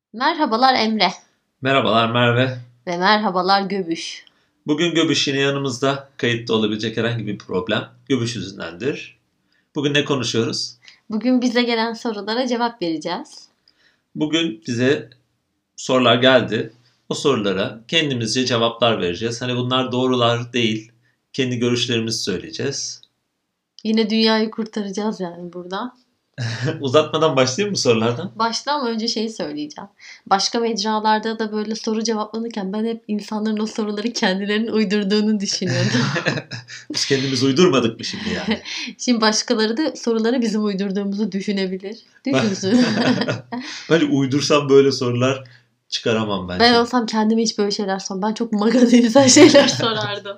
Merhabalar Emre Merhabalar Merve. ve merhabalar Göbüş. Bugün Göbüş yine yanımızda. Kayıtta olabilecek herhangi bir problem Göbüş yüzündendir. Bugün ne konuşuyoruz? Bugün bize gelen sorulara cevap vereceğiz. Bugün bize sorular geldi. O sorulara kendimizce cevaplar vereceğiz. Hani bunlar doğrular değil. Kendi görüşlerimizi söyleyeceğiz. Yine dünyayı kurtaracağız yani burada. Uzatmadan başlayayım mı sorulardan? Başta ama önce şeyi söyleyeceğim. Başka mecralarda da böyle soru cevaplanırken ben hep insanların o soruları kendilerinin uydurduğunu düşünüyordum. Biz kendimiz uydurmadık mı şimdi yani? Şimdi başkaları da soruları bizim uydurduğumuzu düşünebilir. Düşünsün. Bence uydursam böyle sorular çıkaramam bence. Ben olsam kendime hiç böyle şeyler sormam. Ben çok magazinsel şeyler sorardım.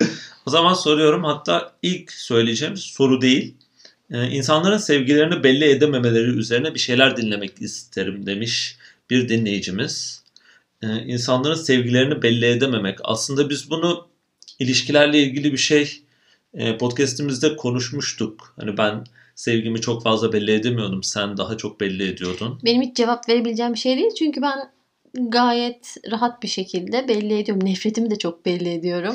O zaman soruyorum. Hatta ilk söyleyeceğim soru değil. İnsanların sevgilerini belli edememeleri üzerine bir şeyler dinlemek isterim demiş bir dinleyicimiz. İnsanların sevgilerini belli edememek. Aslında biz bunu ilişkilerle ilgili bir şey podcast'imizde konuşmuştuk. Hani ben sevgimi çok fazla belli edemiyordum. Sen daha çok belli ediyordun. Benim hiç cevap verebileceğim bir şey değil. Çünkü ben gayet rahat bir şekilde belli ediyorum. Nefretimi de çok belli ediyorum.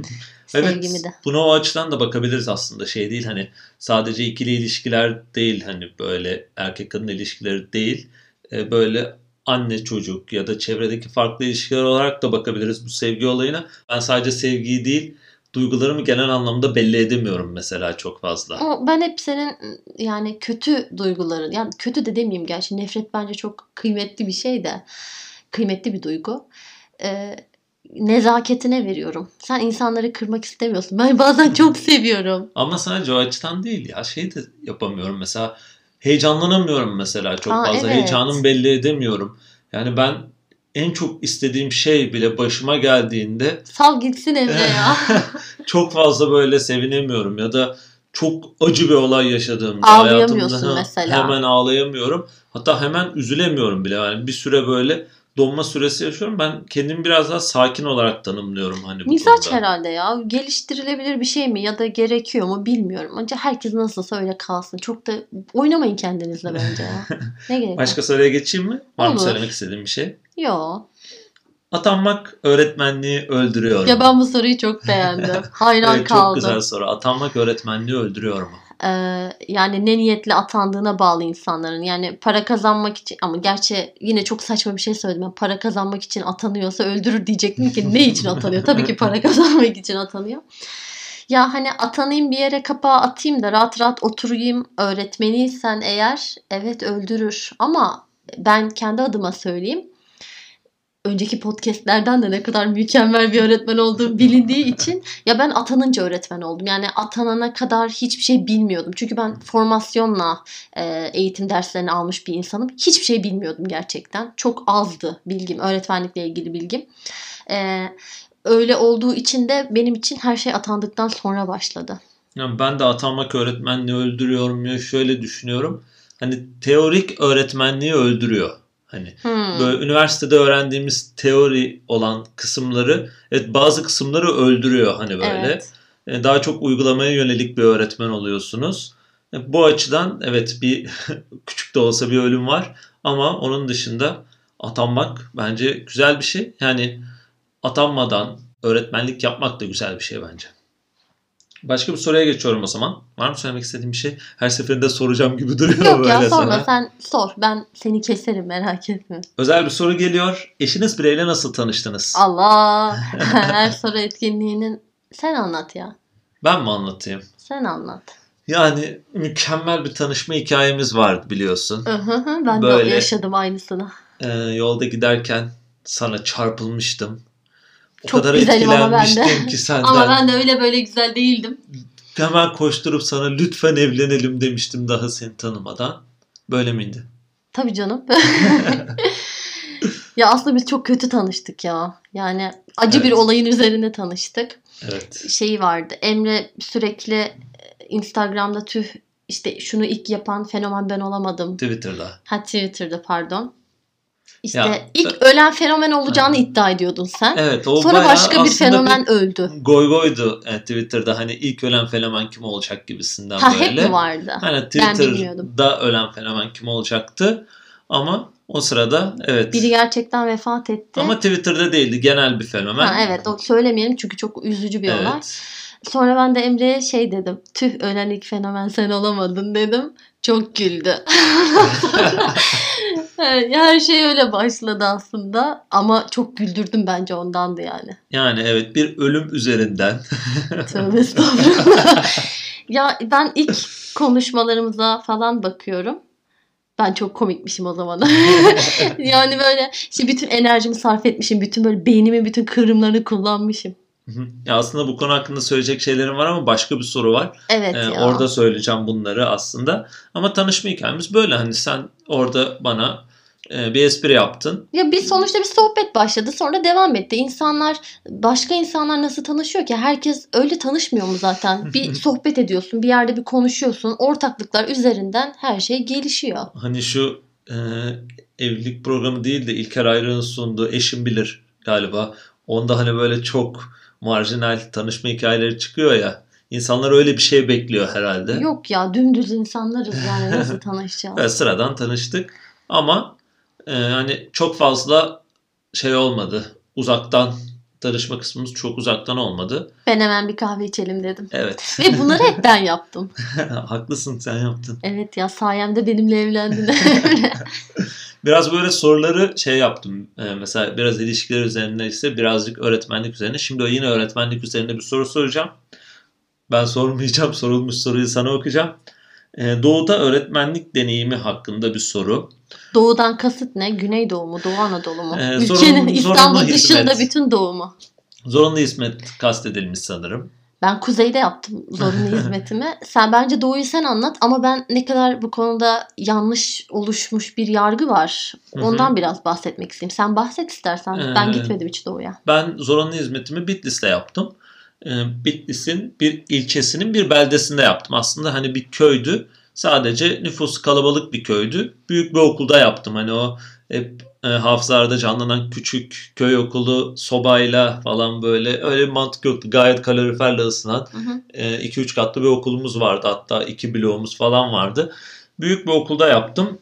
Evet, Sevgimi de. buna o açıdan da bakabiliriz aslında. Şey değil, hani sadece ikili ilişkiler değil, hani böyle erkek kadın ilişkileri değil. Böyle anne çocuk ya da çevredeki farklı ilişkiler olarak da bakabiliriz bu sevgi olayına. Ben sadece sevgiyi değil, duygularımı genel anlamda belli edemiyorum mesela çok fazla. Ama ben hep senin yani kötü duyguların, yani kötü de demeyeyim gerçi, nefret bence çok kıymetli bir şey de, kıymetli bir duygu. Ee, Nezaketine veriyorum. Sen insanları kırmak istemiyorsun. Ben bazen çok seviyorum. Ama sadece o açıdan değil ya, şey de yapamıyorum mesela, heyecanlanamıyorum mesela çok Aa, fazla, heyecanımı evet. belli edemiyorum. Yani ben en çok istediğim şey bile başıma geldiğinde Sal gitsin Emre ya. çok fazla böyle sevinemiyorum ya da çok acı bir olay yaşadığımda Ağlayamıyorsun hayatımda mesela. hemen ağlayamıyorum. Hatta hemen üzülemiyorum bile. Yani bir süre böyle donma süresi yaşıyorum. Ben kendimi biraz daha sakin olarak tanımlıyorum hani bu Mizaç konuda. herhalde ya. Geliştirilebilir bir şey mi ya da gerekiyor mu bilmiyorum. Bence herkes nasılsa öyle kalsın. Çok da oynamayın kendinizle bence ya. Ne gerek var? Başka soruya geçeyim mi? Var mı söylemek Olur. istediğim bir şey? Yo. Atanmak öğretmenliği öldürüyor Ya mu? ben bu soruyu çok beğendim. Hayran Evet, çok güzel kaldım. soru. Atanmak öğretmenliği öldürüyor mu? Yani ne niyetle atandığına bağlı insanların. Yani para kazanmak için, ama gerçi yine çok saçma bir şey söyledim. Yani para kazanmak için atanıyorsa öldürür diyecektim ki ne için atanıyor? Tabii ki para kazanmak için atanıyor. Ya hani atanayım bir yere, kapağı atayım da rahat rahat oturayım öğretmeniysen eğer, evet öldürür. Ama ben kendi adıma söyleyeyim. Önceki podcastlerden de ne kadar mükemmel bir öğretmen olduğum bilindiği için ya ben atanınca öğretmen oldum. Yani atanana kadar hiçbir şey bilmiyordum. Çünkü ben formasyonla eğitim derslerini almış bir insanım. Hiçbir şey bilmiyordum gerçekten. Çok azdı bilgim, öğretmenlikle ilgili bilgim. E, Öyle olduğu için de benim için her şey atandıktan sonra başladı. Yani ben de atanmak öğretmenliği öldürüyor mu? Şöyle düşünüyorum. Hani teorik öğretmenliği öldürüyor. Hani Hmm, böyle üniversitede öğrendiğimiz teori olan kısımları, evet, bazı kısımları öldürüyor hani böyle. evet. Daha çok uygulamaya yönelik bir öğretmen oluyorsunuz. Bu açıdan evet, bir küçük de olsa bir ölüm var. Ama onun dışında atanmak bence güzel bir şey. Yani atanmadan öğretmenlik yapmak da güzel bir şey bence. Başka bir soruya geçiyorum o zaman. Var mı söylemek istediğin bir şey? Her seferinde soracağım gibi duruyor Yok ya, böyle sorma, sana. sen sor. Ben seni keserim, merak etme. Özel bir soru geliyor. Eşiniz bireyle nasıl tanıştınız? Allah. Her soru etkinliğinin sen anlat ya. Ben mi anlatayım? Sen anlat. Yani mükemmel bir tanışma hikayemiz vardı biliyorsun. Ihıhı, ben de Böyle yaşadım aynısını. yolda giderken sana çarpılmıştım. O Çok kadar güzelim ama ben de. etkilenmiştim ki Ama senden. ben de öyle böyle güzel değildim. Hemen koşturup sana lütfen evlenelim demiştim daha seni tanımadan. Böyle miydi? Tabii canım. Ya aslında biz çok kötü tanıştık ya. Yani acı bir Evet. olayın üzerine tanıştık. Evet. Şeyi vardı. Emre sürekli Instagram'da işte şunu ilk yapan fenomen ben olamadım. Twitter'da. Ha, Twitter'da pardon. Ya İşte ilk ölen fenomen olacağını aynen. iddia ediyordun sen. Evet, o Sonra bayağı başka bir aslında bir fenomen öldü. goy goydu Twitter'da, hani ilk ölen fenomen kim olacak gibisinden Ha, hep mi böyle. vardı? Hani Ben bilmiyordum. Twitter'da ölen fenomen kim olacaktı ama O sırada evet. Biri gerçekten vefat etti. Ama Twitter'da değildi. Genel bir fenomen. Ha, evet, o söylemeyelim çünkü çok üzücü bir olay. Evet. Sonra ben de Emre'ye şey dedim. Tüh, ölen ilk fenomen sen olamadın dedim. Çok güldü. Her şey öyle başladı aslında. Ama çok güldürdüm bence, ondandı yani. Yani evet, bir ölüm üzerinden. Tövbe estağfurullah. Ya ben ilk konuşmalarımıza falan bakıyorum. Ben çok komikmişim o zaman. Yani böyle işte bütün enerjimi sarf etmişim. Bütün böyle beynimin bütün kıvrımlarını kullanmışım. Ya aslında bu konu hakkında söyleyecek şeylerim var ama başka bir soru var. Evet ya. Orada söyleyeceğim bunları aslında. Ama tanışma hikayemiz böyle. Hani sen orada bana bir espri yaptın. Ya sonuçta bir sohbet başladı, sonra devam etti. Başka insanlar nasıl tanışıyor ki? Herkes öyle tanışmıyor mu zaten? Bir sohbet ediyorsun, bir yerde bir konuşuyorsun. Ortaklıklar üzerinden her şey gelişiyor. Hani şu evlilik programı değil de İlker Ayran'ın sunduğu Eşim Bilir galiba. Onda hani böyle çok marjinal tanışma hikayeleri çıkıyor ya. İnsanlar öyle bir şey bekliyor herhalde. Yok ya, dümdüz insanlarız yani, nasıl tanışacağız? Ve sıradan tanıştık. Ama hani çok fazla şey olmadı. Uzaktan tanışma kısmımız çok uzaktan olmadı. Ben hemen bir kahve içelim dedim. Evet. Ve bunları hep ben yaptım. Haklısın, sen yaptın. Evet ya, sayemde benimle evlendin. Biraz böyle soruları şey yaptım. Mesela biraz ilişkiler üzerine, ise birazcık öğretmenlik üzerine. Şimdi yine öğretmenlik üzerine bir soru soracağım. Ben sormayacağım. Sorulmuş soruyu sana okuyacağım. Doğu'da öğretmenlik deneyimi hakkında bir soru. Doğudan kasıt ne? Güneydoğu mu? Doğu Anadolu mu? Zorunlu Ülkenin İstanbul dışında hizmet. bütün doğu mu? Zorunlu hizmet kastedilmiş sanırım. Ben kuzeyde yaptım zorunlu hizmetimi. Bence doğuyu sen anlat, ama ben ne kadar bu konuda yanlış oluşmuş bir yargı var. Ondan biraz bahsetmek isteyeyim. Sen bahset istersen. Ben gitmedim hiç doğuya. Ben zorunlu hizmetimi Bitlis'te yaptım. Bitlis'in bir ilçesinin bir beldesinde yaptım. Aslında hani bir köydü. Sadece nüfusu kalabalık bir köydü. Büyük bir okulda yaptım. Hani o hep hafızalarda canlanan küçük köy okulu sobayla falan, böyle öyle bir mantık yoktu. Gayet kaloriferle ısınan 2-3 katlı bir okulumuz vardı. Hatta 2 bloğumuz falan vardı. Büyük bir okulda yaptım.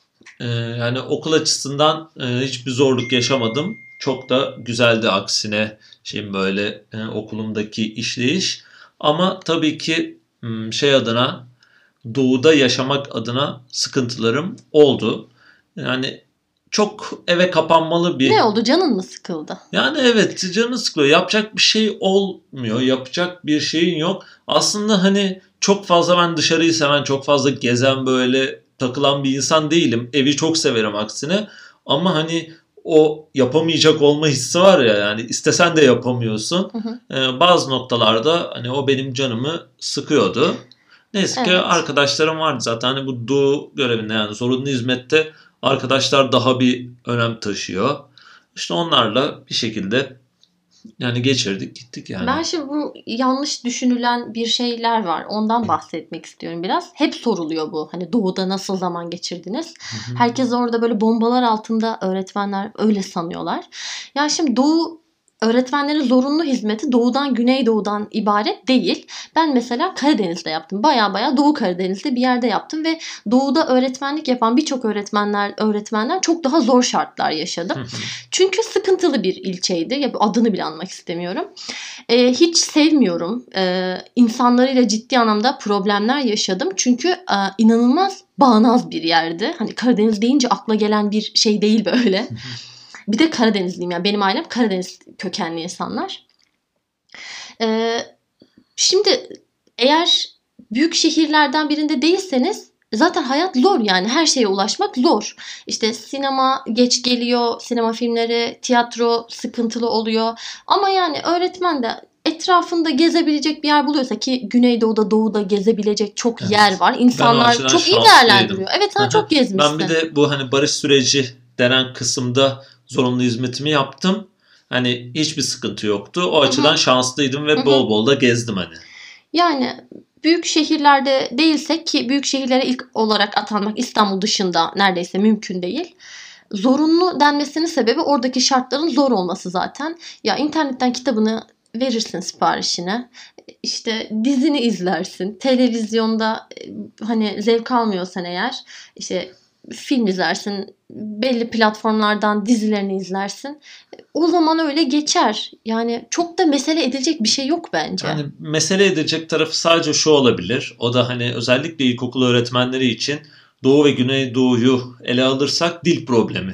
Yani okul açısından hiçbir zorluk yaşamadım. Çok da güzeldi aksine şimdi böyle okulumdaki işleyiş. Ama tabii ki şey adına, doğuda yaşamak adına sıkıntılarım oldu. Yani çok eve kapanmalı bir... Ne oldu? Canın mı sıkıldı? Yani evet, canı sıkılıyor. Yapacak bir şey olmuyor. Yapacak bir şeyin yok. Aslında hani çok fazla ben dışarıyı seven, çok fazla gezen, böyle takılan bir insan değilim. Evi çok severim aksine. Ama hani o yapamayacak olma hissi var ya, yani istesen de yapamıyorsun. Bazı noktalarda hani o benim canımı sıkıyordu. Neyse ki arkadaşlarım vardı zaten. Hani bu doğu görevinde, yani zorunlu hizmette arkadaşlar daha bir önem taşıyor. İşte onlarla bir şekilde yani geçirdik gittik yani. Ben şimdi bu yanlış düşünülen bir şeyler var. Ondan bahsetmek istiyorum biraz. Hep soruluyor bu. Hani doğuda nasıl zaman geçirdiniz? Herkes orada böyle bombalar altında, öğretmenler öyle sanıyorlar. Yani şimdi doğu öğretmenlerin zorunlu hizmeti doğudan güneydoğudan ibaret değil. Ben mesela Karadeniz'de yaptım. Baya Doğu Karadeniz'de bir yerde yaptım ve doğuda öğretmenlik yapan birçok öğretmenler çok daha zor şartlar yaşadım. Çünkü sıkıntılı bir ilçeydi. Ya adını bile anmak istemiyorum. Hiç sevmiyorum. İnsanlarıyla ciddi anlamda problemler yaşadım. Çünkü inanılmaz bağnaz bir yerdi. Hani Karadeniz deyince akla gelen bir şey değil böyle. Bir de Karadenizliyim, yani benim ailem Karadeniz kökenli insanlar. Şimdi eğer büyük şehirlerden birinde değilseniz zaten hayat zor, yani her şeye ulaşmak zor. İşte sinema geç geliyor, sinema filmleri, tiyatro sıkıntılı oluyor. Ama yani öğretmen de etrafında gezebilecek bir yer buluyorsa, ki Güneydoğu'da, Doğu'da gezebilecek çok yer var. İnsanlar çok iyi değerlendiriyor. Evet, sen çok gezmişsin. Ben bir de bu hani barış süreci denen kısımda zorunlu hizmetimi yaptım. Hani hiçbir sıkıntı yoktu. O açıdan şanslıydım ve bol bol da gezdim hani. Yani büyük şehirlerde değilsek, ki büyük şehirlere ilk olarak atanmak İstanbul dışında neredeyse mümkün değil. Zorunlu denmesinin sebebi oradaki şartların zor olması zaten. Ya internetten kitabını verirsin siparişine. İşte dizini izlersin. Televizyonda hani zevk almıyorsan eğer, işte film izlersin. Belli platformlardan dizilerini izlersin. O zaman öyle geçer. Yani çok da mesele edilecek bir şey yok bence. Yani mesele edilecek tarafı sadece şu olabilir. O da hani özellikle ilkokul öğretmenleri için Doğu ve Güneydoğu'yu ele alırsak dil problemi.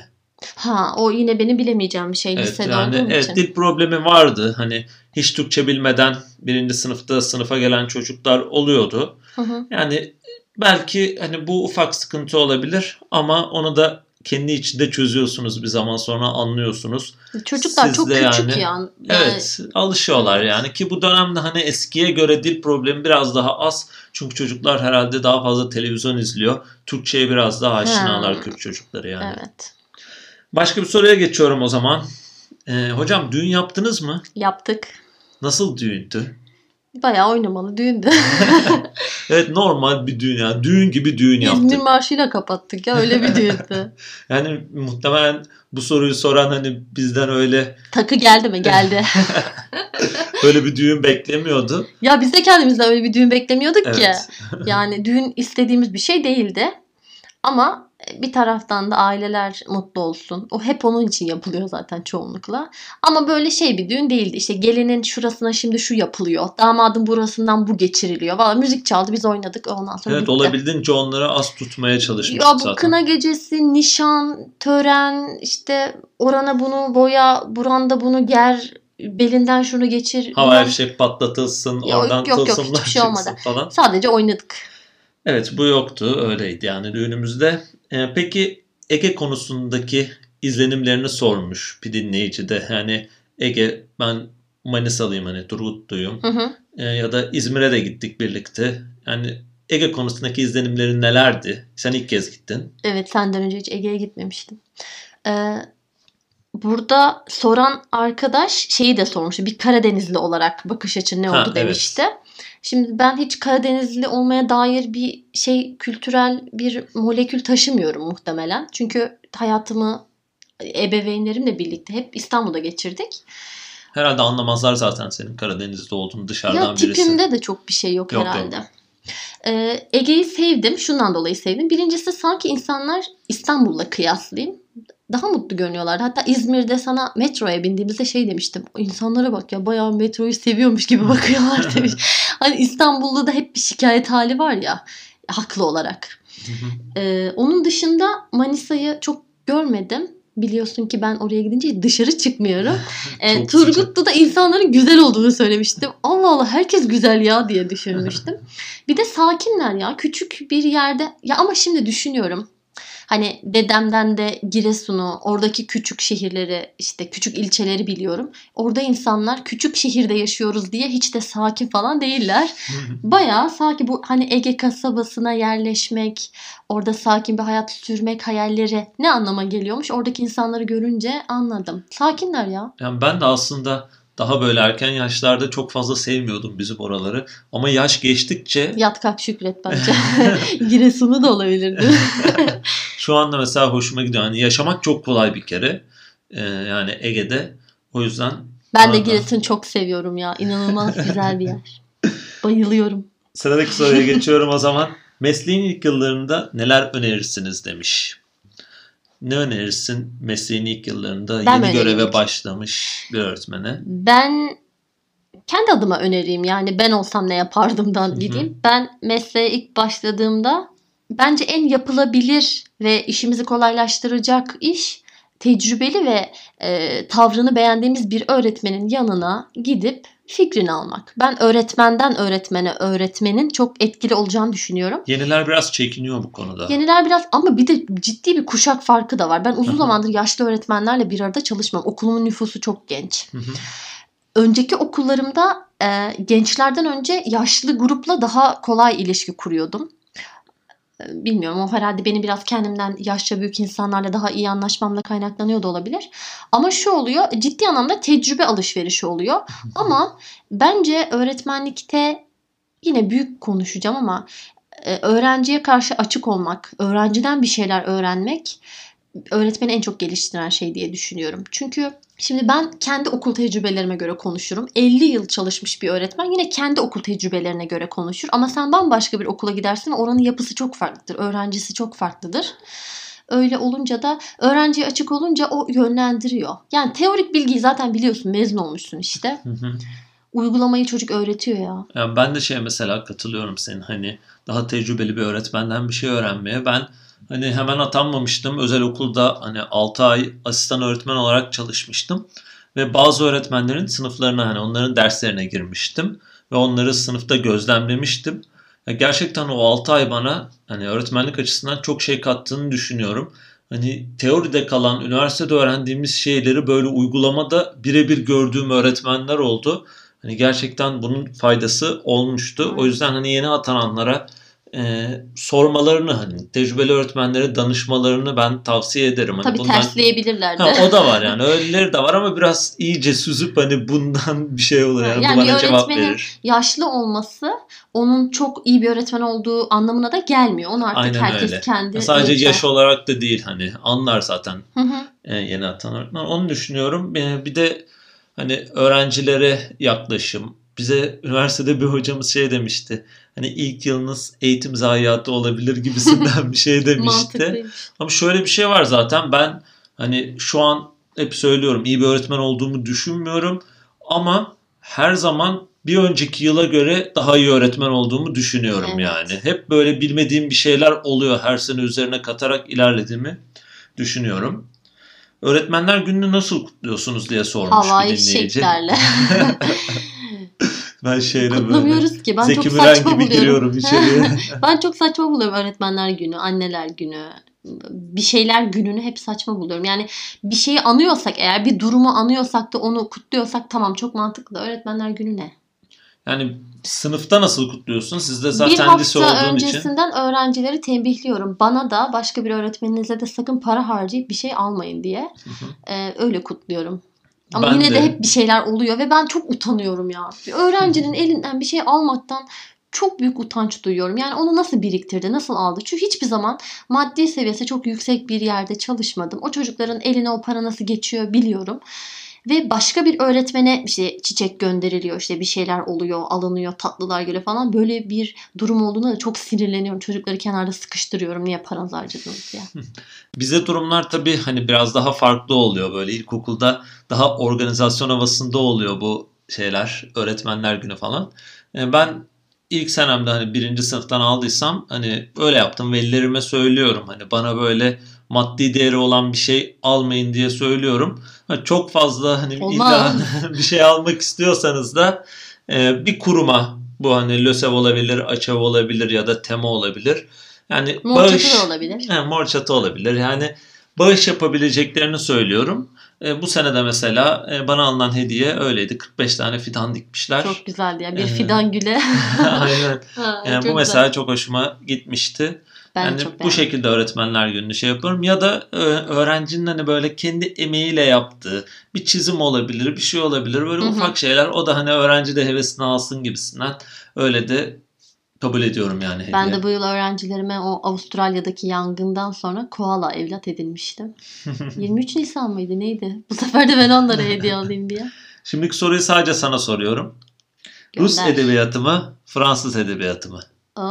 O yine benim bilemeyeceğim bir şey Evet, lisede yani olduğum evet, için. dil problemi vardı. Hani hiç Türkçe bilmeden birinci sınıfta sınıfa gelen çocuklar oluyordu. Hı hı. Yani belki hani bu ufak sıkıntı olabilir ama onu da kendi içinde çözüyorsunuz, bir zaman sonra anlıyorsunuz. Çocuklar Siz çok de küçük yani, yani. evet, alışıyorlar Evet. yani, ki bu dönemde hani eskiye göre dil problemi biraz daha az. Çünkü çocuklar herhalde daha fazla televizyon izliyor. Türkçe'ye biraz daha aşinalar Hmm, Kürt çocukları yani. evet. Başka bir soruya geçiyorum o zaman. Hocam, düğün yaptınız mı? Yaptık. Nasıl düğündü? Bayağı oynamalı düğündü. Evet, normal bir düğün yani. Düğün gibi düğün İzmir yaptık. Marşı'yla kapattık ya, öyle bir düğündü. Yani muhtemelen bu soruyu soran hani bizden öyle Takı geldi mi? Geldi. öyle bir düğün beklemiyordu. Ya biz de kendimizden öyle bir düğün beklemiyorduk ki. Evet. Yani düğün istediğimiz bir şey değildi. Ama bir taraftan da aileler mutlu olsun. O hep onun için yapılıyor zaten çoğunlukla. Ama böyle şey bir düğün değildi. İşte gelinin şurasına şimdi şu yapılıyor. Damadın burasından bu geçiriliyor. Valla müzik çaldı, biz oynadık. Ondan sonra Evet, bitti. olabildiğince onları az tutmaya Ya çalışmıştık bu zaten. kına gecesi, nişan, tören, işte orana bunu boya, buranda bunu ger, belinden şunu geçir. Havai fişek patlatılsın, oradan Yok tılsımlar hiçbir şey olmadı. çıksın falan. Sadece oynadık. Evet, bu yoktu. Öyleydi yani düğünümüzde. Peki Ege konusundaki izlenimlerini sormuş bir dinleyici de. Yani Ege, ben Manisalıyım, hani Turgutluyum. Hı hı. Ya da İzmir'e de gittik birlikte. Yani Ege konusundaki izlenimlerin nelerdi? Sen ilk kez gittin. Evet, senden önce hiç Ege'ye gitmemiştim. Ee, Burada soran arkadaş şeyi de sormuştu. Bir Karadenizli olarak bakış açın ne Ha, oldu evet. demişti. Şimdi ben hiç Karadenizli olmaya dair bir şey, kültürel bir molekül taşımıyorum muhtemelen. Çünkü hayatımı ebeveynlerimle birlikte hep İstanbul'da geçirdik. Herhalde anlamazlar zaten senin Karadeniz'de olduğunu, Ya dışarıdan birisi. tipimde de çok bir şey yok Yok, herhalde. yok. Ege'yi sevdim. Şundan dolayı sevdim. Birincisi, sanki insanlar İstanbul'la kıyaslayayım, daha mutlu görünüyorlardı. Hatta İzmir'de sana metroya bindiğimizde şey demiştim. İnsanlara bak ya, bayağı metroyu seviyormuş gibi bakıyorlar demiş. Hani İstanbul'da da hep bir şikayet hali var ya, haklı olarak. Onun dışında Manisa'yı çok görmedim. Biliyorsun ki ben oraya gidince dışarı çıkmıyorum. Çok Turgutlu'da insanların güzel olduğunu söylemiştim. Allah Allah, herkes güzel ya diye düşünmüştüm. Bir de sakinler ya. Küçük bir yerde. Ya ama şimdi düşünüyorum. Hani dedemden de Giresun'u, oradaki küçük şehirleri, işte küçük ilçeleri biliyorum. Orada insanlar küçük şehirde yaşıyoruz diye hiç de sakin falan değiller. Bayağı sakin, bu hani Ege kasabasına yerleşmek, orada sakin bir hayat sürmek hayalleri ne anlama geliyormuş? Oradaki insanları görünce anladım. Sakinler ya. Yani ben de aslında daha böyle erken yaşlarda çok fazla sevmiyordum bizim oraları. Ama yaş geçtikçe Yat kalk şükret bence. Giresun'u da olabilirdi. şu anda mesela hoşuma gidiyor. Yani yaşamak çok kolay bir kere. Yani Ege'de. O yüzden Ben de bana da. Giresun'u çok seviyorum ya. İnanılmaz güzel bir yer. Bayılıyorum. Sıradaki soruya geçiyorum o zaman. Mesleğin ilk yıllarında neler önerirsiniz demiş. Ne önerirsin mesleğin ilk yıllarında Ben yeni önereyim göreve ilk. başlamış bir öğretmene? Ben kendi adıma önereyim, yani ben olsam ne yapardımdan gideyim. Ben mesleğe ilk başladığımda bence en yapılabilir ve işimizi kolaylaştıracak iş, tecrübeli ve tavrını beğendiğimiz bir öğretmenin yanına gidip fikrini almak. Ben öğretmenden öğretmene öğretmenin çok etkili olacağını düşünüyorum. Yeniler biraz çekiniyor bu konuda. Yeniler biraz, ama bir de ciddi bir kuşak farkı da var. Ben uzun zamandır yaşlı öğretmenlerle bir arada çalışmam. Okulumun nüfusu çok genç. Önceki okullarımda gençlerden önce yaşlı grupla daha kolay ilişki kuruyordum. Bilmiyorum, o herhalde benim biraz kendimden yaşça büyük insanlarla daha iyi anlaşmamla kaynaklanıyor da olabilir. Ama şu oluyor, ciddi anlamda tecrübe alışverişi oluyor. Ama bence öğretmenlikte, yine büyük konuşacağım ama öğrenciye karşı açık olmak, öğrenciden bir şeyler öğrenmek öğretmeni en çok geliştiren şey diye düşünüyorum. Çünkü Şimdi ben kendi okul tecrübelerime göre konuşurum. 50 yıl çalışmış bir öğretmen yine kendi okul tecrübelerine göre konuşur. Ama sen bambaşka bir okula gidersin ve oranın yapısı çok farklıdır. Öğrencisi çok farklıdır. Öyle olunca da öğrenciye açık olunca o yönlendiriyor. Yani teorik bilgiyi zaten biliyorsun, mezun olmuşsun işte. Uygulamayı çocuk öğretiyor ya. Yani ben de mesela katılıyorum senin, hani daha tecrübeli bir öğretmenden bir şey öğrenmeye. Ben hani hemen atanmamıştım. Özel okulda hani 6 ay asistan öğretmen olarak çalışmıştım. Ve bazı öğretmenlerin sınıflarına, hani onların derslerine girmiştim. Ve onları sınıfta gözlemlemiştim. Ya gerçekten o 6 ay bana hani öğretmenlik açısından çok şey kattığını düşünüyorum. Hani teoride kalan, üniversitede öğrendiğimiz şeyleri böyle uygulamada birebir gördüğüm öğretmenler oldu. Hani gerçekten bunun faydası olmuştu. O yüzden hani yeni atananlara sormalarını, hani tecrübeli öğretmenlere danışmalarını ben tavsiye ederim. Hani Tabii tersleyebilirler de. O da var yani, öyleleri de var ama biraz iyice süzüp hani bundan bir şey olur yani, Yani bu bir bana cevap öğretmenin verir. yaşlı olması onun çok iyi bir öğretmen olduğu anlamına da gelmiyor. Onu artık Aynen herkes öyle. kendi Sadece ölçer. yaş olarak da değil, hani anlar zaten Hı hı. yeni atan öğretmen. Onu düşünüyorum. Bir de hani öğrencilere yaklaşım. Bize üniversitede bir hocamız şey demişti. Hani ilk yılınız eğitim zayiatı olabilir gibisinden bir şey demişti. Mantıklıymış. Ama şöyle bir şey var zaten. Ben hani şu an hep söylüyorum, iyi bir öğretmen olduğumu düşünmüyorum. Ama her zaman bir önceki yıla göre daha iyi öğretmen olduğumu düşünüyorum Evet. yani. Hep böyle bilmediğim bir şeyler oluyor. Her sene üzerine katarak ilerlediğimi düşünüyorum. Öğretmenler Günü'nü nasıl kutluyorsunuz diye sormuş bir Havai dinleyici. fişeklerle. Ben şeyde böyle Kutlamıyoruz ki. Ben Zeki çok Müren saçma gibi buluyorum. giriyorum içeriye. Ben çok saçma buluyorum Öğretmenler Günü, Anneler Günü, bir şeyler gününü hep saçma buluyorum. Yani bir şeyi anıyorsak, eğer bir durumu anıyorsak da onu kutluyorsak tamam, çok mantıklı. Öğretmenler Günü ne? Yani sınıfta nasıl kutluyorsun? Siz de Bir zaten lise hafta olduğun için. öncesinden öğrencileri tembihliyorum. Bana da başka bir öğretmeninize de sakın para harcayıp bir şey almayın diye. Öyle kutluyorum. Ama Ben yine de de hep bir şeyler oluyor ve ben çok utanıyorum ya. Bir öğrencinin elinden bir şey almaktan çok büyük utanç duyuyorum. Yani onu nasıl biriktirdi, nasıl aldı? Çünkü hiçbir zaman maddi seviyesi çok yüksek bir yerde çalışmadım. O çocukların eline o para nasıl geçiyor biliyorum. Ve başka bir öğretmene işte çiçek gönderiliyor, işte bir şeyler oluyor, alınıyor, tatlılar geliyor falan. Böyle bir durum olduğunda da çok sinirleniyorum. Çocukları kenarda sıkıştırıyorum. Niye paranızı harcadınız diye. bize durumlar tabii hani biraz daha farklı oluyor. Böyle ilkokulda daha organizasyon havasında oluyor bu şeyler. Öğretmenler Günü falan. Ben ilk senemde hani birinci sınıftan aldıysam hani öyle yaptım. Velilerime söylüyorum. Hani bana böyle maddi değeri olan bir şey almayın diye söylüyorum. Çok fazla hani illa Olmaz. bir şey almak istiyorsanız da bir kuruma, bu hani LÖSEV olabilir, AÇEV olabilir ya da TEMA olabilir. Yani Mor çatı da bağış, olabilir. Mor Çatı olabilir. Yani bağış yapabileceklerini söylüyorum. Bu sene de mesela bana alınan hediye öyleydi. 45 tane fidan dikmişler. Çok güzeldi ya. Bir Ee, fidan güle. Aynen. Ha, Yani bu çok mesela güzel. çok hoşuma gitmişti. Ben Yani çok bu beğendim. şekilde öğretmenler gününü şey yapıyorum. Ya da öğrencinin hani böyle kendi emeğiyle yaptığı bir çizim olabilir, bir şey olabilir. Böyle Hı hı. ufak şeyler. O da hani öğrenci de hevesini alsın gibisinden. Öyle de kabul ediyorum yani Ben hediye. de bu yıl öğrencilerime o Avustralya'daki yangından sonra koala evlat edinmiştim. 23 Nisan mıydı neydi? Bu sefer de ben onlara hediye alayım diye. Şimdiki soruyu sadece sana soruyorum. Rus Gönder. edebiyatı mı, Fransız edebiyatı mı?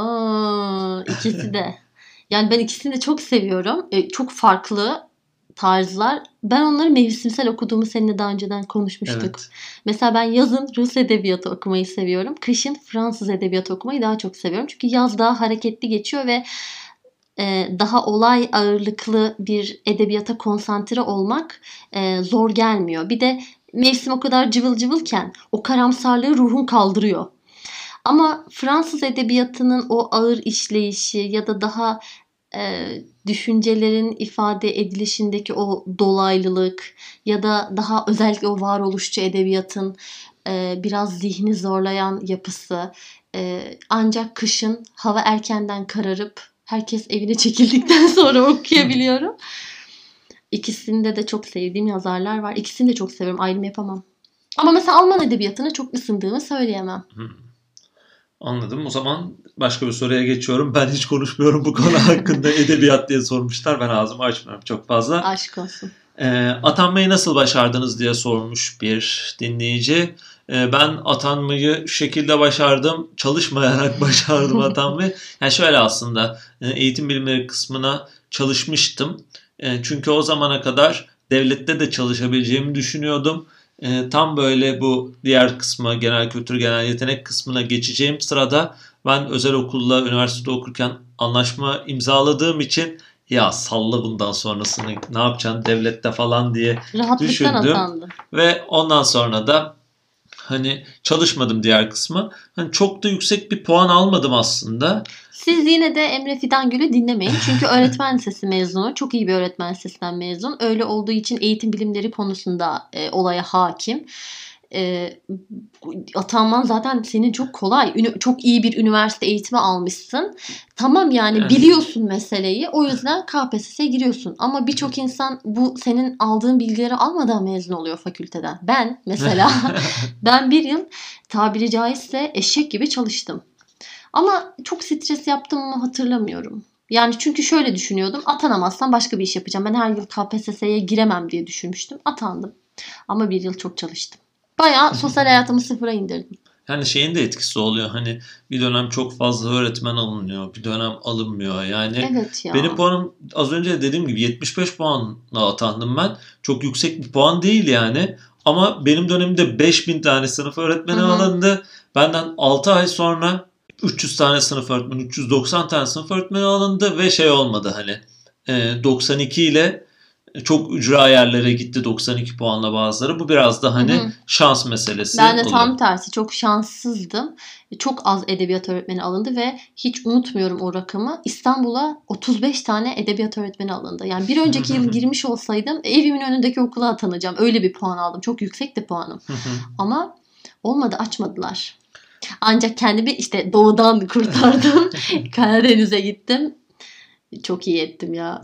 İkisi de. Yani ben ikisini de çok seviyorum. Çok farklı tarzlar. Ben onları mevsimsel okuduğumu seninle daha önceden konuşmuştuk. Evet. Mesela ben yazın Rus edebiyatı okumayı seviyorum. Kışın Fransız edebiyatı okumayı daha çok seviyorum. Çünkü yaz daha hareketli geçiyor ve daha olay ağırlıklı bir edebiyata konsantre olmak zor gelmiyor. Bir de mevsim o kadar cıvıl cıvılken o karamsarlığı ruhun kaldırıyor. Ama Fransız edebiyatının o ağır işleyişi ya da daha düşüncelerin ifade edilişindeki o dolaylılık ya da daha özellikle o varoluşçu edebiyatın biraz zihni zorlayan yapısı, ancak kışın hava erkenden kararıp herkes evine çekildikten sonra okuyabiliyorum. İkisinde de çok sevdiğim yazarlar var. İkisini de çok seviyorum. Ayrım yapamam. Ama mesela Alman edebiyatına çok ısındığımı söyleyemem. Anladım. O zaman başka bir soruya geçiyorum. Ben hiç konuşmuyorum bu konu hakkında. Edebiyat diye sormuşlar. Ben ağzımı açmıyorum çok fazla. Aşk olsun. Atanmayı nasıl başardınız diye sormuş bir dinleyici. Ben atanmayı şu şekilde başardım. Çalışmayarak başardım atanmayı. Yani şöyle aslında eğitim bilimleri kısmına çalışmıştım. Çünkü o zamana kadar devlette de çalışabileceğimi düşünüyordum. Tam böyle bu diğer kısma, genel kültür, genel yetenek kısmına geçeceğim sırada ben özel okulla üniversitede okurken anlaşma imzaladığım için ya salla bundan sonrasını ne yapacaksın devlette falan diye Rahatlıktan düşündüm. atandı. Ve ondan sonra da hani çalışmadım diğer kısmı. Hani çok da yüksek bir puan almadım aslında. Siz yine de Emre Fidangül'ü dinlemeyin. Çünkü öğretmen lisesi mezunu. Çok iyi bir öğretmen lisesinden mezun. Öyle olduğu için eğitim bilimleri konusunda olaya hakim. Atanman zaten senin çok kolay. Çok iyi bir üniversite eğitimi almışsın. Tamam yani biliyorsun meseleyi. O yüzden KPSS'ye giriyorsun. Ama birçok insan bu senin aldığın bilgileri almadan mezun oluyor fakülteden. Ben mesela ben bir yıl tabiri caizse eşek gibi çalıştım. Ama çok stres yaptım mı hatırlamıyorum. Yani çünkü şöyle düşünüyordum. Atanamazsam başka bir iş yapacağım. Ben her yıl KPSS'ye giremem diye düşünmüştüm. Atandım. Ama bir yıl çok çalıştım. Bayağı sosyal hayatımı sıfıra indirdim. Yani şeyin de etkisi oluyor. Hani bir dönem çok fazla öğretmen alınıyor. Bir dönem alınmıyor. Yani Evet ya. benim puanım az önce dediğim gibi 75 puanla atandım ben. Çok yüksek bir puan değil yani. Ama benim dönemimde 5000 tane sınıf öğretmeni alındı. Benden 6 ay sonra 300 tane sınıf öğretmeni, 390 tane sınıf öğretmeni alındı ve şey olmadı hani 92 ile çok ücra yerlere gitti 92 puanla bazıları. Bu biraz da hani şans meselesi. Ben de tam oluyor. tersi çok şanssızdım. Çok az edebiyat öğretmeni alındı ve hiç unutmuyorum o rakamı. İstanbul'a 35 tane edebiyat öğretmeni alındı. Yani bir önceki yıl girmiş olsaydım evimin önündeki okula atanacağım. Öyle bir puan aldım. Çok yüksekti puanım. Ama olmadı, açmadılar. Ancak kendimi işte doğudan kurtardım. Karadeniz'e gittim. Çok iyi ettim ya.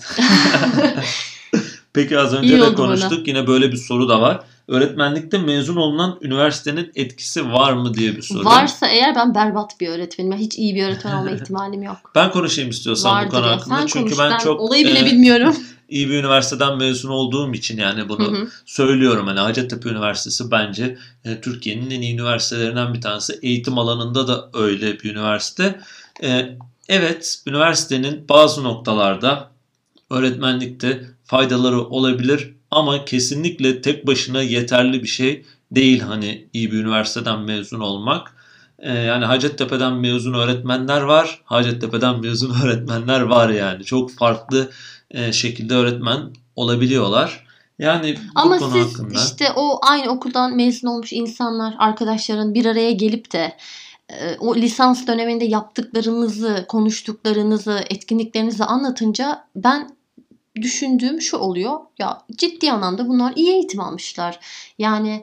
Peki az önce İyi de oldu konuştuk. bana. Yine böyle bir soru da var. Öğretmenlikte mezun olunan üniversitenin etkisi var mı diye bir soru. Varsa eğer ben berbat bir öğretmenim. Hiç iyi bir öğretmen olma ihtimalim yok. Ben konuşayım istiyorsan Vardır bu konu ya. hakkında. Sen Çünkü konuş. ben çok olayı bile bilmiyorum. iyi bir üniversiteden mezun olduğum için yani bunu söylüyorum. Hani Hacettepe Üniversitesi bence Türkiye'nin en iyi üniversitelerinden bir tanesi. Eğitim alanında da öyle bir üniversite. Evet, üniversitenin bazı noktalarda öğretmenlikte faydaları olabilir ama kesinlikle tek başına yeterli bir şey değil hani iyi bir üniversiteden mezun olmak. Yani Hacettepe'den mezun öğretmenler var, Hacettepe'den mezun öğretmenler var yani. Çok farklı şekilde öğretmen olabiliyorlar. Yani bu Ama konu siz hakkında. işte o aynı okuldan mezun olmuş insanlar, arkadaşların bir araya gelip de o lisans döneminde yaptıklarınızı, konuştuklarınızı, etkinliklerinizi anlatınca ben düşündüğüm şu oluyor. Ya ciddi anlamda bunlar iyi eğitim almışlar. Yani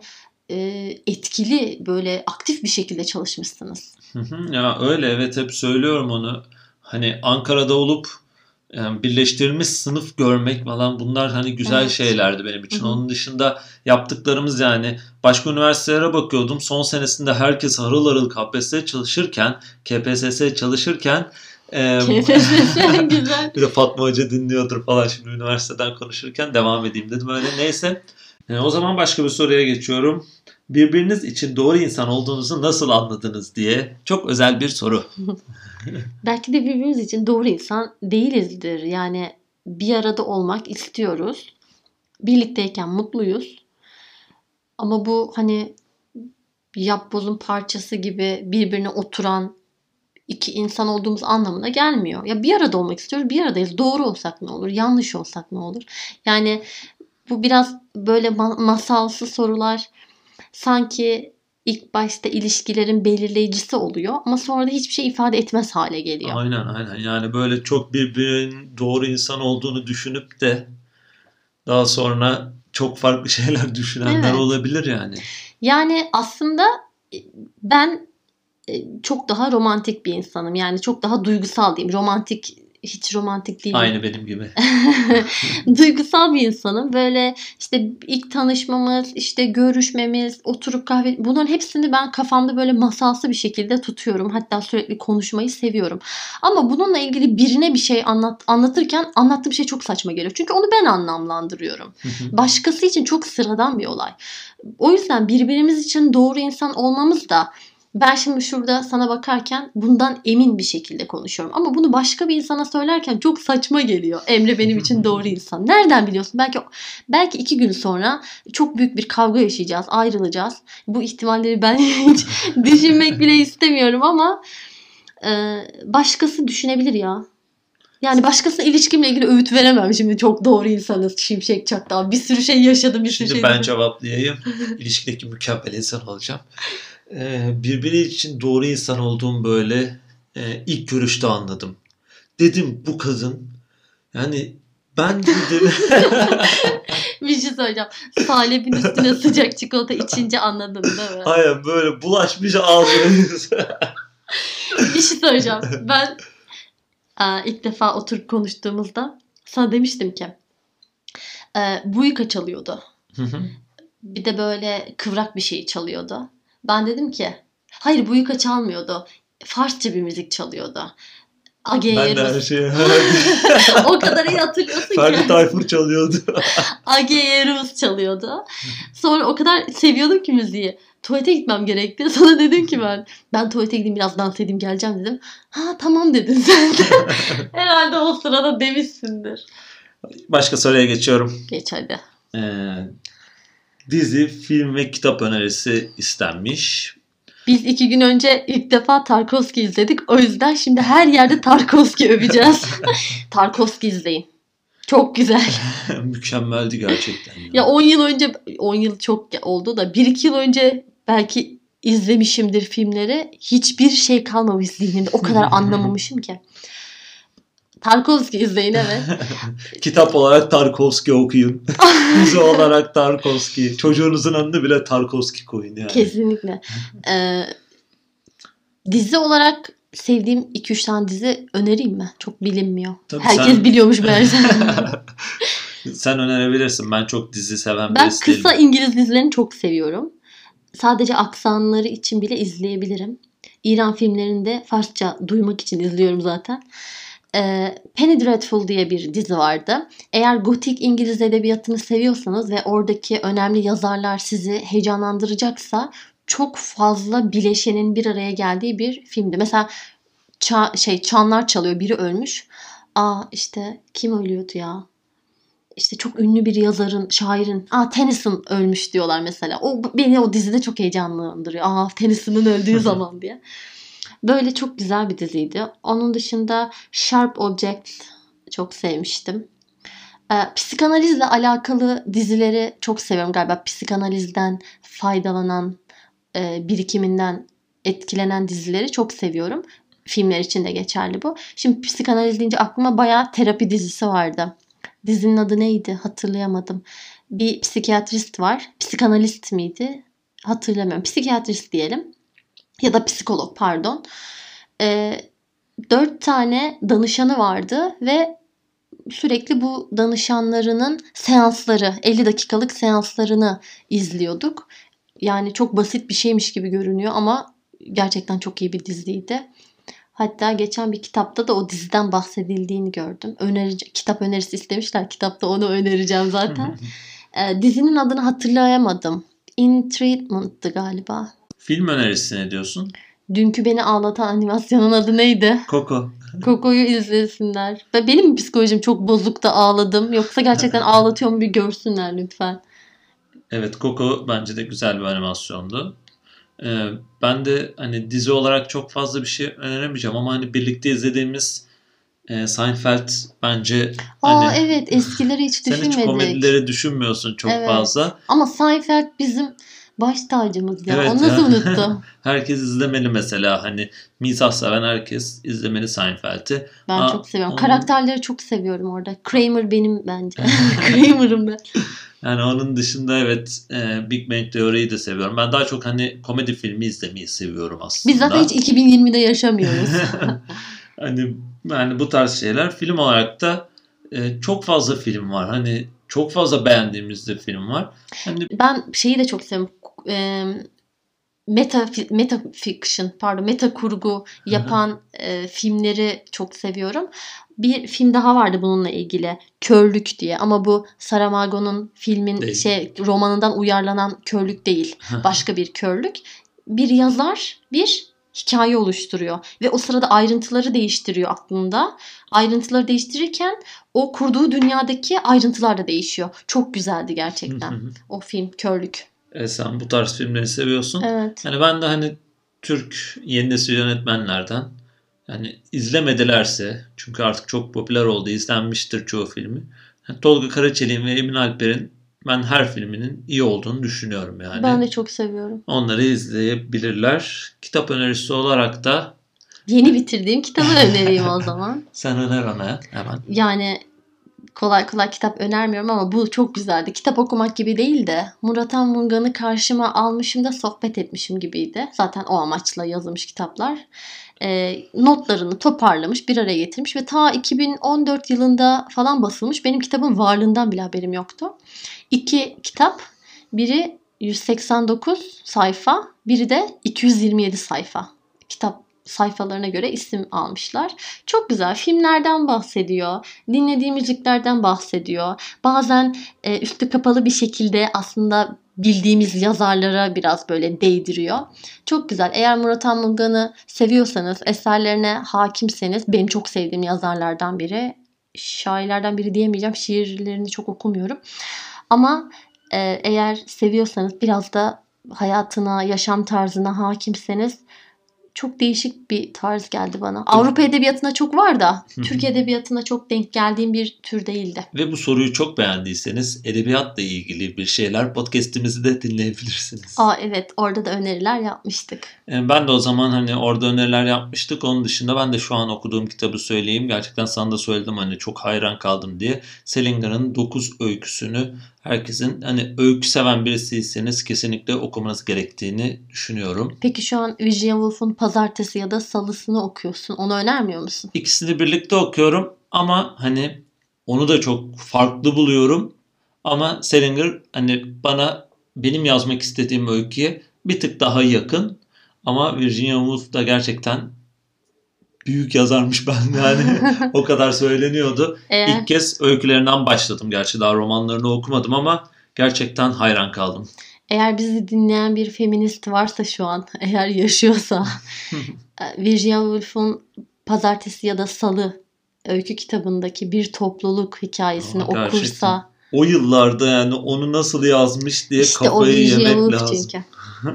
etkili böyle aktif bir şekilde çalışmışsınız. Ya öyle evet hep söylüyorum onu. Hani Ankara'da olup yani birleştirilmiş sınıf görmek falan bunlar hani güzel Evet. şeylerdi benim için. Onun dışında yaptıklarımız yani başka üniversitelere bakıyordum. Son senesinde herkes harıl harıl KPSS çalışırken, KPSS çalışırken KPSS güzel. bir de Fatma Hoca dinliyordur falan şimdi üniversiteden konuşurken devam edeyim dedim öyle. Neyse. O zaman başka bir soruya geçiyorum. Birbiriniz için doğru insan olduğunuzu nasıl anladınız diye çok özel bir soru. Belki de birbirimiz için doğru insan değilizdir. Yani bir arada olmak istiyoruz. Birlikteyken mutluyuz. Ama bu hani yapbozun parçası gibi birbirine oturan iki insan olduğumuz anlamına gelmiyor. Ya bir arada olmak istiyoruz, bir aradayız. Doğru olsak ne olur, yanlış olsak ne olur? Yani bu biraz böyle masalsı sorular sanki ilk başta ilişkilerin belirleyicisi oluyor ama sonra da hiçbir şey ifade etmez hale geliyor. Aynen yani böyle çok birbirinin doğru insan olduğunu düşünüp de daha sonra çok farklı şeyler düşünenler Evet. olabilir yani. Yani aslında ben çok daha romantik bir insanım. Yani çok daha duygusal diyeyim. Romantik hiç romantik değilim. Aynı benim gibi. Duygusal bir insanım. Böyle işte ilk tanışmamız, işte görüşmemiz, oturup kahve, bunların hepsini ben kafamda böyle masalsı bir şekilde tutuyorum. Hatta sürekli konuşmayı seviyorum. Ama bununla ilgili birine bir şey anlatırken anlattığım şey çok saçma geliyor. Çünkü onu ben anlamlandırıyorum. Başkası için çok sıradan bir olay. O yüzden birbirimiz için doğru insan olmamız da, ben şimdi şurada sana bakarken bundan emin bir şekilde konuşuyorum. Ama bunu başka bir insana söylerken çok saçma geliyor. Emre benim için doğru insan. Nereden biliyorsun? Belki 2 gün sonra çok büyük bir kavga yaşayacağız, ayrılacağız. Bu ihtimalleri ben hiç düşünmek bile istemiyorum ama başkası düşünebilir ya. Yani başkası ilişkimle ilgili öğüt veremem. Şimdi çok doğru insanız. Şimşek çaktı. Bir sürü şey yaşadım. Şimdi ben cevaplayayım. İlişkideki mükemmel insan olacağım. Birbiri için doğru insan olduğum böyle ilk görüşte anladım. Dedim bu kadın, yani ben dedim. Bir şey söyleyeceğim. Salep'in üstüne sıcak çikolata içince anladın değil mi? Aynen böyle bulaşmış ağzına. Bir şey söyleyeceğim. Ben ilk defa oturup konuştuğumuzda sana demiştim ki Buika çalıyordu. Bir de böyle kıvrak bir şey çalıyordu. Ben dedim ki hayır, Buika çalmıyordu. Farsça bir müzik çalıyordu. Ben de her şeyi o kadar iyi hatırlıyorsun ki. Ferdi Tayfur çalıyordu. Age Rus çalıyordu. Sonra o kadar seviyordum ki müziği. Tuvalete gitmem gerekti. Sonra dedim ki ben tuvalete gideyim, biraz dans edeyim, geleceğim dedim. Ha tamam dedin sen de. Herhalde o sırada demişsindir. Başka soruya geçiyorum. Geç hadi. Dizi, film ve kitap önerisi istenmiş. Biz 2 gün önce ilk defa Tarkovski izledik. O yüzden şimdi her yerde Tarkovski öveceğiz. Tarkovski izleyin. Çok güzel. Mükemmeldi gerçekten. Ya 10 yıl çok oldu da 1-2 yıl önce belki izlemişimdir filmleri. Hiçbir şey kalmamış zihnimde. O kadar anlamamışım ki. Tarkovski izleyin, evet. Kitap olarak Tarkovski okuyun. Dizi olarak Tarkovski. Çocuğunuzun adını bile Tarkovski koyun yani. Kesinlikle. Dizi olarak sevdiğim 2-3 tane dizi önereyim mi? Çok bilinmiyor. Tabii herkes biliyormuş meğerse. Sen önerebilirsin. Ben çok dizi seven birisi değilim. Ben kısa İngiliz dizilerini çok seviyorum. Sadece aksanları için bile izleyebilirim. İran filmlerini de Farsça duymak için izliyorum zaten. Penny Dreadful diye bir dizi vardı. Eğer gotik İngiliz edebiyatını seviyorsanız ve oradaki önemli yazarlar sizi heyecanlandıracaksa, çok fazla bileşenin bir araya geldiği bir filmdi. Mesela çanlar çalıyor, biri ölmüş. İşte kim ölüyordu ya? İşte çok ünlü bir yazarın, şairin, Tennyson ölmüş diyorlar mesela. Beni o dizide çok heyecanlandırıyor. Tennyson'ın öldüğü zaman diye. Böyle çok güzel bir diziydi. Onun dışında Sharp Objects çok sevmiştim. Psikanalizle alakalı dizileri çok seviyorum galiba. Psikanalizden faydalanan, birikiminden etkilenen dizileri çok seviyorum. Filmler için de geçerli bu. Şimdi psikanaliz deyince aklıma bayağı terapi dizisi vardı. Dizinin adı neydi? Hatırlayamadım. Bir psikiyatrist var. Psikanalist miydi? Hatırlamıyorum. Psikiyatrist diyelim. Ya da psikolog, pardon. 4 tane danışanı vardı ve sürekli bu danışanlarının seansları, 50 dakikalık seanslarını izliyorduk. Yani çok basit bir şeymiş gibi görünüyor ama gerçekten çok iyi bir diziydi. Hatta geçen bir kitapta da o diziden bahsedildiğini gördüm. Kitap önerisi istemişler. Kitapta onu önereceğim zaten. Dizinin adını hatırlayamadım. In Treatment'tı galiba. Film önerisi ne diyorsun? Dünkü beni ağlatan animasyonun adı neydi? Coco. Coco'yu izlesinler. Ve benim psikolojim çok bozuk da ağladım. Yoksa gerçekten ağlatıyor mu bir görsünler lütfen. Evet, Coco bence de güzel bir animasyondu. Ben de hani dizi olarak çok fazla bir şey öneremeyeceğim ama hani birlikte izlediğimiz Seinfeld bence hani evet, eskileri hiç düşünmedik. Sen hiç komedileri düşünmüyorsun çok fazla. Ama Seinfeld bizim baş tacımız ya. Evet, onu nasıl unuttum? Herkes izlemeli mesela, hani mizah seven herkes izlemeli Seinfeld'i. Ben çok seviyorum. Karakterleri çok seviyorum orada. Kramer benim bence. Kramer'ım ben. Yani onun dışında evet, Big Bang Theory'yi de seviyorum. Ben daha çok hani komedi filmi izlemeyi seviyorum aslında. Biz zaten hiç 2020'de yaşamıyoruz. Hani yani bu tarz şeyler film olarak da çok fazla film var. Hani çok fazla beğendiğimiz de film var. Hani Ben şeyi de çok seviyorum. Meta fiction, pardon, meta kurgu yapan filmleri çok seviyorum. Bir film daha vardı bununla ilgili. Körlük diye, ama bu Saramago'nun filmin değil. romanından uyarlanan Körlük değil. Başka bir körlük. Bir yazar bir hikaye oluşturuyor ve o sırada ayrıntıları değiştiriyor aklında. Ayrıntıları değiştirirken o kurduğu dünyadaki ayrıntılar da değişiyor. Çok güzeldi gerçekten o film Körlük. Sen bu tarz filmleri seviyorsun. Evet. Yani ben de hani Türk yeni nesil yönetmenlerden, yani izlemedilerse, çünkü artık çok popüler oldu, izlenmiştir çoğu filmi. Yani Tolga Karaçelik'in ve Emin Alper'in ben her filminin iyi olduğunu düşünüyorum yani. Ben de çok seviyorum. Onları izleyebilirler. Kitap önerisi olarak da Yeni bitirdiğim kitabı önereyim o zaman. sen öner ona hemen. Yani kolay kolay kitap önermiyorum ama bu çok güzeldi. Kitap okumak gibi değil de Murat Anmungan'ı karşıma almışım da sohbet etmişim gibiydi. Zaten o amaçla yazılmış kitaplar. Notlarını toparlamış, bir araya getirmiş ve ta 2014 yılında falan basılmış. Benim kitabın varlığından bile haberim yoktu. 2 kitap, biri 189 sayfa, biri de 227 sayfa. Kitap sayfalarına göre isim almışlar. Çok güzel. Filmlerden bahsediyor. Dinlediği müziklerden bahsediyor. Bazen üstü kapalı bir şekilde aslında bildiğimiz yazarlara biraz böyle değdiriyor. Çok güzel. Eğer Murat Anmungan'ı seviyorsanız, eserlerine hakimseniz, benim çok sevdiğim yazarlardan biri. Şairlerden biri diyemeyeceğim. Şiirlerini çok okumuyorum. Ama eğer seviyorsanız, biraz da hayatına, yaşam tarzına hakimseniz, çok değişik bir tarz geldi bana. Avrupa edebiyatına çok var da Türk edebiyatına çok denk geldiğim bir tür değildi. Ve bu soruyu çok beğendiyseniz edebiyatla ilgili bir şeyler podcast'imizi de dinleyebilirsiniz. Evet, orada da öneriler yapmıştık. Ben de o zaman hani orada öneriler yapmıştık. Onun dışında ben de şu an okuduğum kitabı söyleyeyim. Gerçekten sana da söyledim, hani çok hayran kaldım diye. Salinger'ın 9 öyküsünü herkesin, hani öykü seven birisiyseniz kesinlikle okumanız gerektiğini düşünüyorum. Peki şu an Virginia Woolf'un Pazartesi ya da Salısını okuyorsun. Onu önermiyor musun? İkisini birlikte okuyorum ama hani onu da çok farklı buluyorum. Ama Salinger hani bana, benim yazmak istediğim öyküye bir tık daha yakın. Ama Virginia Woolf da gerçekten büyük yazarmış, ben yani o kadar söyleniyordu. İlk kez öykülerinden başladım. Gerçi daha romanlarını okumadım ama gerçekten hayran kaldım. Eğer bizi dinleyen bir feminist varsa şu an, eğer yaşıyorsa, Virginia Woolf'un Pazartesi ya da Salı öykü kitabındaki bir topluluk hikayesini okursa, o yıllarda yani onu nasıl yazmış diye işte kafayı yemek Woolf lazım. Çünkü.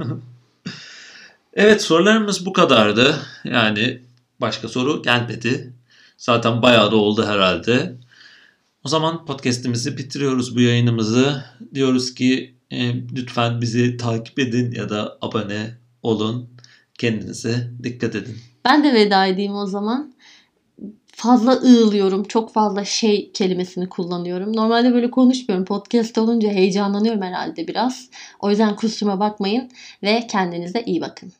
Evet, sorularımız bu kadardı. Yani başka soru gelmedi. Zaten bayağı da oldu herhalde. O zaman podcast'imizi bitiriyoruz, bu yayınımızı. Diyoruz ki lütfen bizi takip edin ya da abone olun. Kendinize dikkat edin. Ben de veda edeyim o zaman. Fazla ığılıyorum. Çok fazla şey kelimesini kullanıyorum. Normalde böyle konuşmuyorum. Podcast olunca heyecanlanıyorum herhalde biraz. O yüzden kusuruma bakmayın ve kendinize iyi bakın.